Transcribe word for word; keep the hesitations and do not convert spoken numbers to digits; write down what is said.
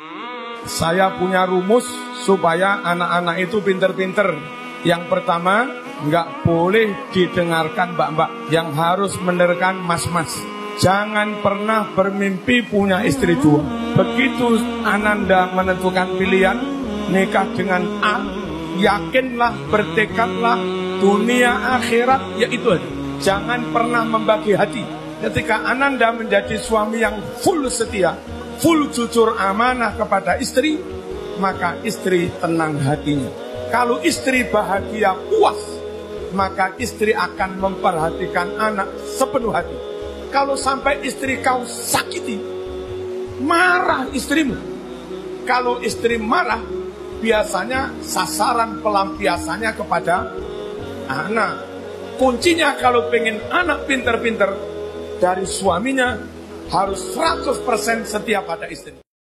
Saya punya rumus supaya anak-anak itu pinter-pinter. Yang pertama, nggak boleh didengarkan mbak-mbak, yang harus mendengarkan mas-mas. Jangan pernah bermimpi punya istri dua. Begitu Ananda menentukan pilihan nikah dengan A, yakinlah, bertekadlah, dunia akhirat yaitu aja. Jangan pernah membagi hati. Ketika Ananda menjadi suami yang full setia, full jujur amanah kepada istri, maka istri tenang hatinya. Kalau istri bahagia puas, maka istri akan memperhatikan anak sepenuh hati. Kalau sampai istri kau sakiti, marah istrimu. Kalau istri marah, biasanya sasaran pelampiasannya kepada anak. Kuncinya kalau pengen anak pinter-pinter, dari suaminya harus seratus persen setia pada istri.